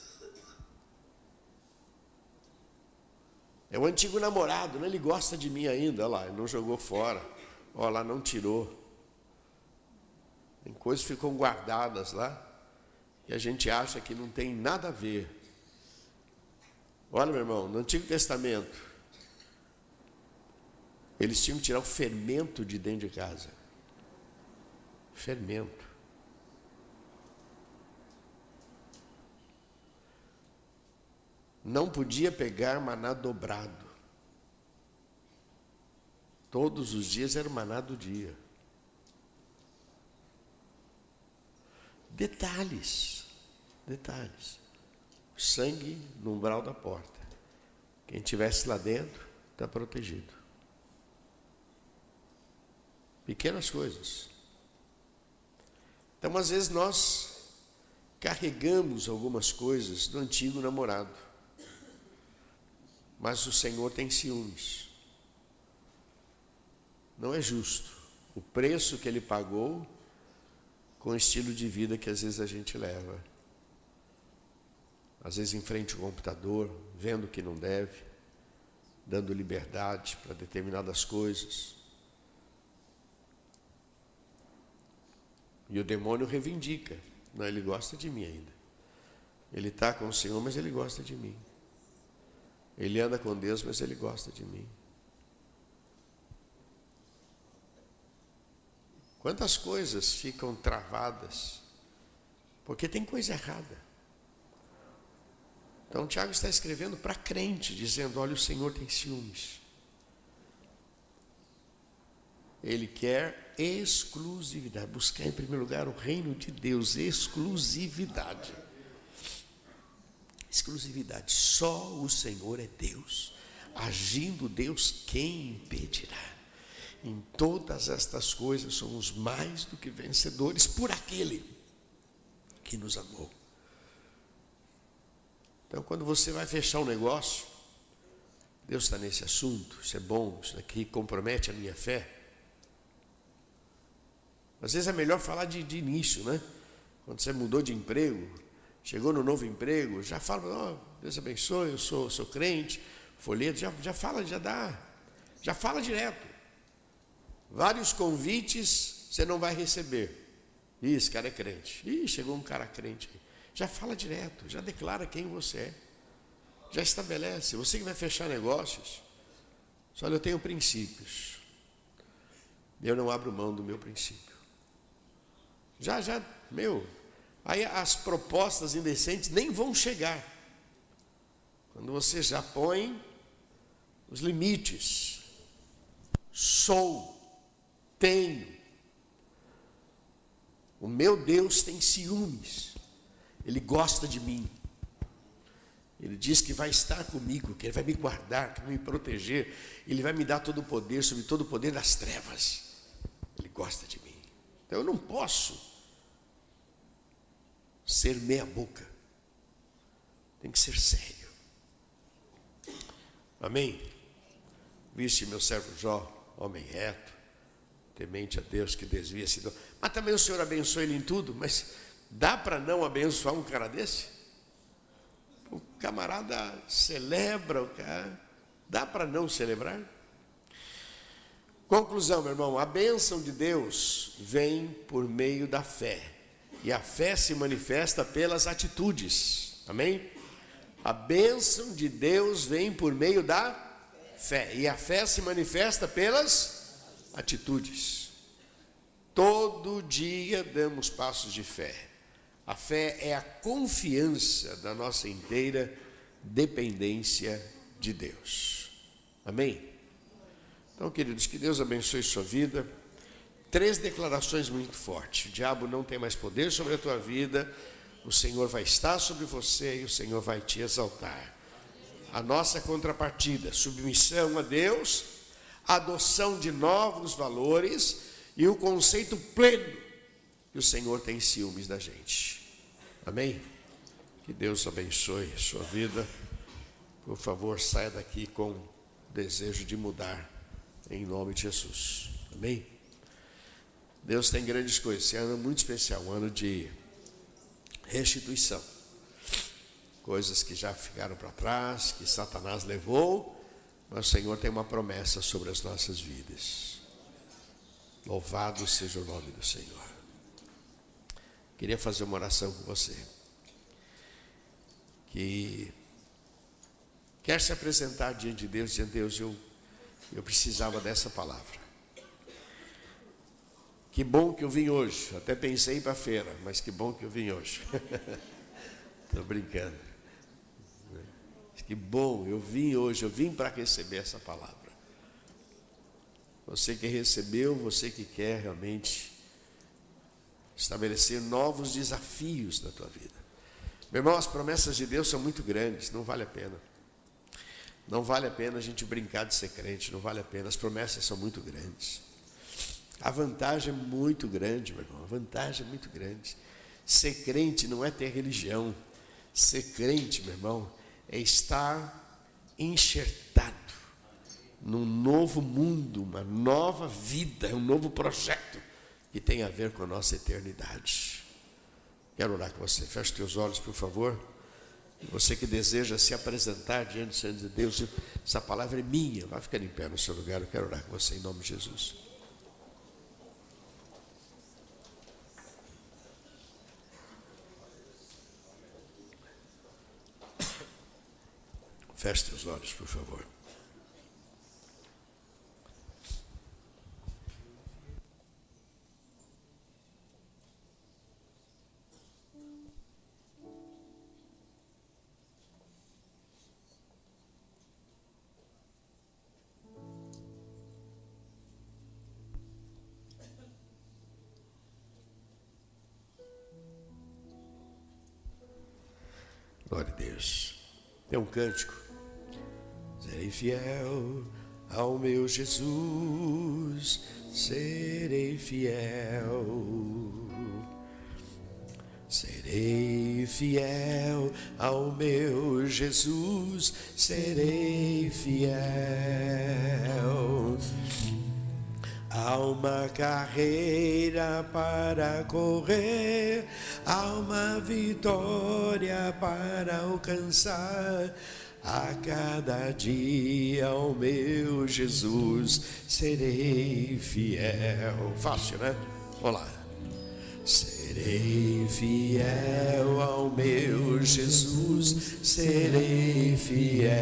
É o antigo namorado, né? Ele gosta de mim ainda, olha lá, ele não jogou fora, olha lá, não tirou. Tem coisas que ficam guardadas lá, que a gente acha que não tem nada a ver. Olha, meu irmão, no Antigo Testamento, eles tinham que tirar o fermento de dentro de casa. Fermento. Não podia pegar maná dobrado. Todos os dias era o maná do dia. Detalhes, detalhes. Sangue no umbral da porta. Quem estivesse lá dentro está protegido. Pequenas coisas. Então, às vezes, nós carregamos algumas coisas do antigo namorado. Mas o Senhor tem ciúmes. Não é justo o preço que Ele pagou com o estilo de vida que às vezes a gente leva. Às vezes em frente ao computador, vendo o que não deve, dando liberdade para determinadas coisas. E o demônio reivindica. Não, ele gosta de mim ainda. Ele está com o Senhor, mas ele gosta de mim. Ele anda com Deus, mas ele gosta de mim. Quantas coisas ficam travadas, porque tem coisa errada. Então, Tiago está escrevendo para crente, dizendo, olha, o Senhor tem ciúmes. Ele quer exclusividade, buscar em primeiro lugar o reino de Deus, exclusividade. Exclusividade, só o Senhor é Deus. Agindo Deus, quem impedirá? Em todas estas coisas somos mais do que vencedores por aquele que nos amou. Então, quando você vai fechar um negócio, Deus está nesse assunto, isso é bom, isso aqui compromete a minha fé. Às vezes é melhor falar de, de início, né? Quando você mudou de emprego, chegou no novo emprego, já fala, oh, Deus abençoe, eu sou, sou crente, folheto, já, já fala, já dá, já fala direto. Vários convites você não vai receber. Ih, esse cara é crente. Ih, chegou um cara crente aí. Já fala direto, já declara quem você é. Já estabelece. Você que vai fechar negócios, só olha, eu tenho princípios. Eu não abro mão do meu princípio. Já, já, meu, aí as propostas indecentes nem vão chegar. Quando você já põe os limites. Sou, tenho. O meu Deus tem ciúmes. Ele gosta de mim. Ele diz que vai estar comigo, que Ele vai me guardar, que vai me proteger. Ele vai me dar todo o poder, sobre todo o poder das trevas. Ele gosta de mim. Então eu não posso ser meia boca. Tem que ser sério. Amém? Viste meu servo Jó, homem reto, temente a Deus, que desvia-se do... Mas também o Senhor abençoa ele em tudo, mas dá para não abençoar um cara desse? O camarada celebra, o cara, dá para não celebrar? Conclusão, meu irmão, a bênção de Deus vem por meio da fé, e a fé se manifesta pelas atitudes, amém? A bênção de Deus vem por meio da fé, e a fé se manifesta pelas atitudes. Todo dia damos passos de fé. A fé é a confiança da nossa inteira dependência de Deus. Amém? Então, queridos, que Deus abençoe sua vida, três declarações muito fortes. O diabo não tem mais poder sobre a tua vida, o Senhor vai estar sobre você e o Senhor vai te exaltar. A nossa contrapartida, submissão a Deus, adoção de novos valores e o conceito pleno que o Senhor tem ciúmes da gente. Amém? Que Deus abençoe a sua vida. Por favor, saia daqui com desejo de mudar, em nome de Jesus. Amém? Deus tem grandes coisas. Esse ano é muito especial, um ano de restituição. Coisas que já ficaram para trás, que Satanás levou, mas o Senhor tem uma promessa sobre as nossas vidas. Louvado seja o nome do Senhor. Queria fazer uma oração com você, que quer se apresentar diante de Deus, dizendo: Deus, eu, eu precisava dessa palavra. Que bom que eu vim hoje. Até pensei em ir para a feira, mas que bom que eu vim hoje. Estou brincando. Que bom, eu vim hoje, eu vim para receber essa palavra. Você que recebeu, você que quer realmente estabelecer novos desafios na tua vida. Meu irmão, as promessas de Deus são muito grandes, não vale a pena. Não vale a pena a gente brincar de ser crente, não vale a pena, as promessas são muito grandes. A vantagem é muito grande, meu irmão, a vantagem é muito grande. Ser crente não é ter religião. Ser crente, meu irmão, é estar enxertado num novo mundo, uma nova vida, um novo projeto que tem a ver com a nossa eternidade. Quero orar com você. Feche teus olhos, por favor. Você que deseja se apresentar diante do Senhor de Deus, essa palavra é minha. Vai ficar em pé no seu lugar. Eu quero orar com você em nome de Jesus. Feche teus olhos, por favor. Glória a Deus. Tem um cântico. Serei fiel ao meu Jesus, serei fiel. Serei fiel ao meu Jesus, serei fiel. Há uma carreira para correr, há uma vitória para alcançar. A cada dia ao meu Jesus serei fiel. Fácil, né? Vamos lá. Serei fiel ao meu Jesus, serei fiel.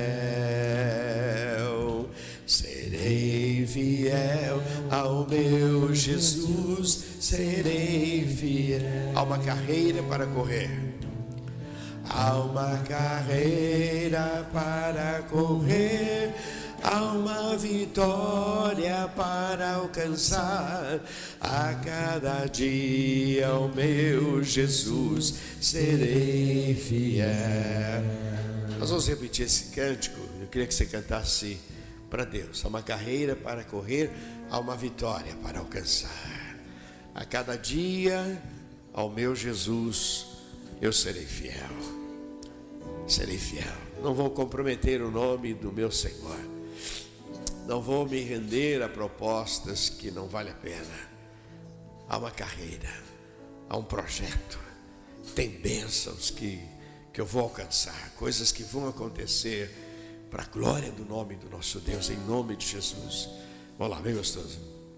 Serei fiel ao meu Jesus, serei fiel. Há uma carreira para correr. Há uma carreira para correr, há uma vitória para alcançar. A cada dia ao meu Jesus serei fiel. Nós vamos repetir esse cântico. Eu queria que você cantasse para Deus. Há uma carreira para correr, há uma vitória para alcançar. A cada dia ao meu Jesus eu serei fiel. Serei fiel. Não vou comprometer o nome do meu Senhor. Não vou me render a propostas que não vale a pena. Há uma carreira, há um projeto, tem bênçãos que, que eu vou alcançar, coisas que vão acontecer para a glória do nome do nosso Deus, em nome de Jesus. Vamos lá, bem gostoso.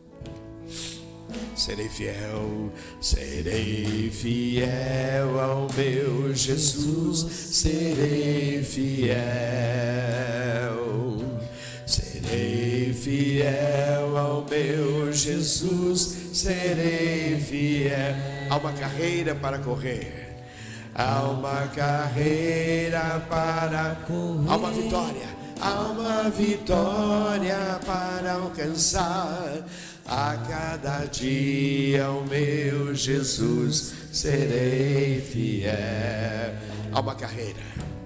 Serei fiel, serei fiel ao meu Jesus, serei fiel. Serei fiel ao meu Jesus, serei fiel. Há uma carreira para correr, há uma carreira para correr, há uma vitória, há uma vitória para alcançar. A cada dia o meu Jesus serei fiel. Há uma carreira,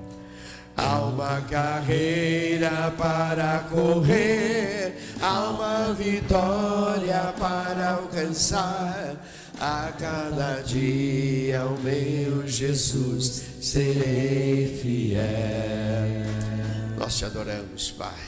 há uma carreira para correr, há uma vitória para alcançar. A cada dia o meu Jesus serei fiel. Nós te adoramos, Pai.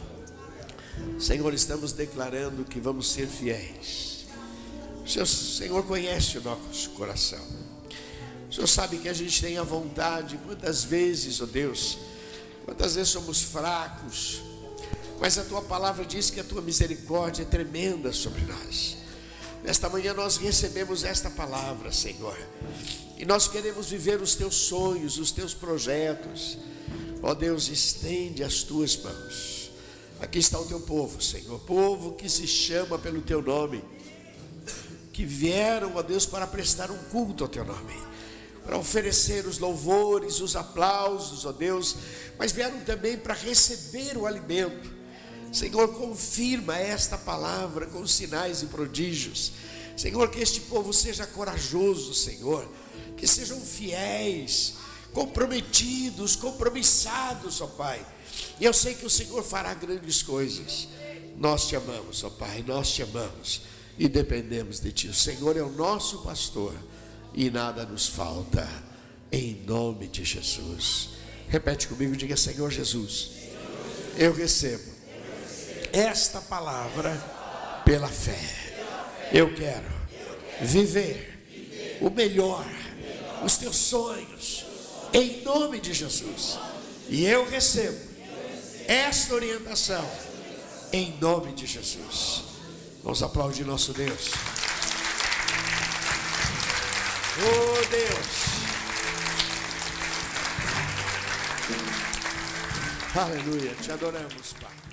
Senhor, estamos declarando que vamos ser fiéis. O Senhor, Senhor conhece o nosso coração. O Senhor sabe que a gente tem a vontade, quantas vezes, ó Deus, quantas vezes somos fracos, mas a Tua palavra diz que a Tua misericórdia é tremenda sobre nós. Nesta manhã nós recebemos esta palavra, Senhor, e nós queremos viver os Teus sonhos, os Teus projetos. Ó Deus, estende as Tuas mãos. Aqui está o Teu povo, Senhor, povo que se chama pelo Teu nome, que vieram, ó Deus, para prestar um culto ao Teu nome, para oferecer os louvores, os aplausos, ó Deus, mas vieram também para receber o alimento. Senhor, confirma esta palavra com sinais e prodígios. Senhor, que este povo seja corajoso, Senhor, que sejam fiéis, comprometidos, compromissados, ó Pai. E eu sei que o Senhor fará grandes coisas. Nós te amamos, ó Pai, nós te amamos e dependemos de Ti. O Senhor é o nosso pastor e nada nos falta, em nome de Jesus. Repete comigo, diga: Senhor Jesus, eu recebo esta palavra pela fé. Eu quero viver o melhor, os Teus sonhos, em nome de Jesus. E eu recebo esta orientação, em nome de Jesus. Vamos aplaudir nosso Deus. Oh Deus, aleluia, te adoramos, Pai.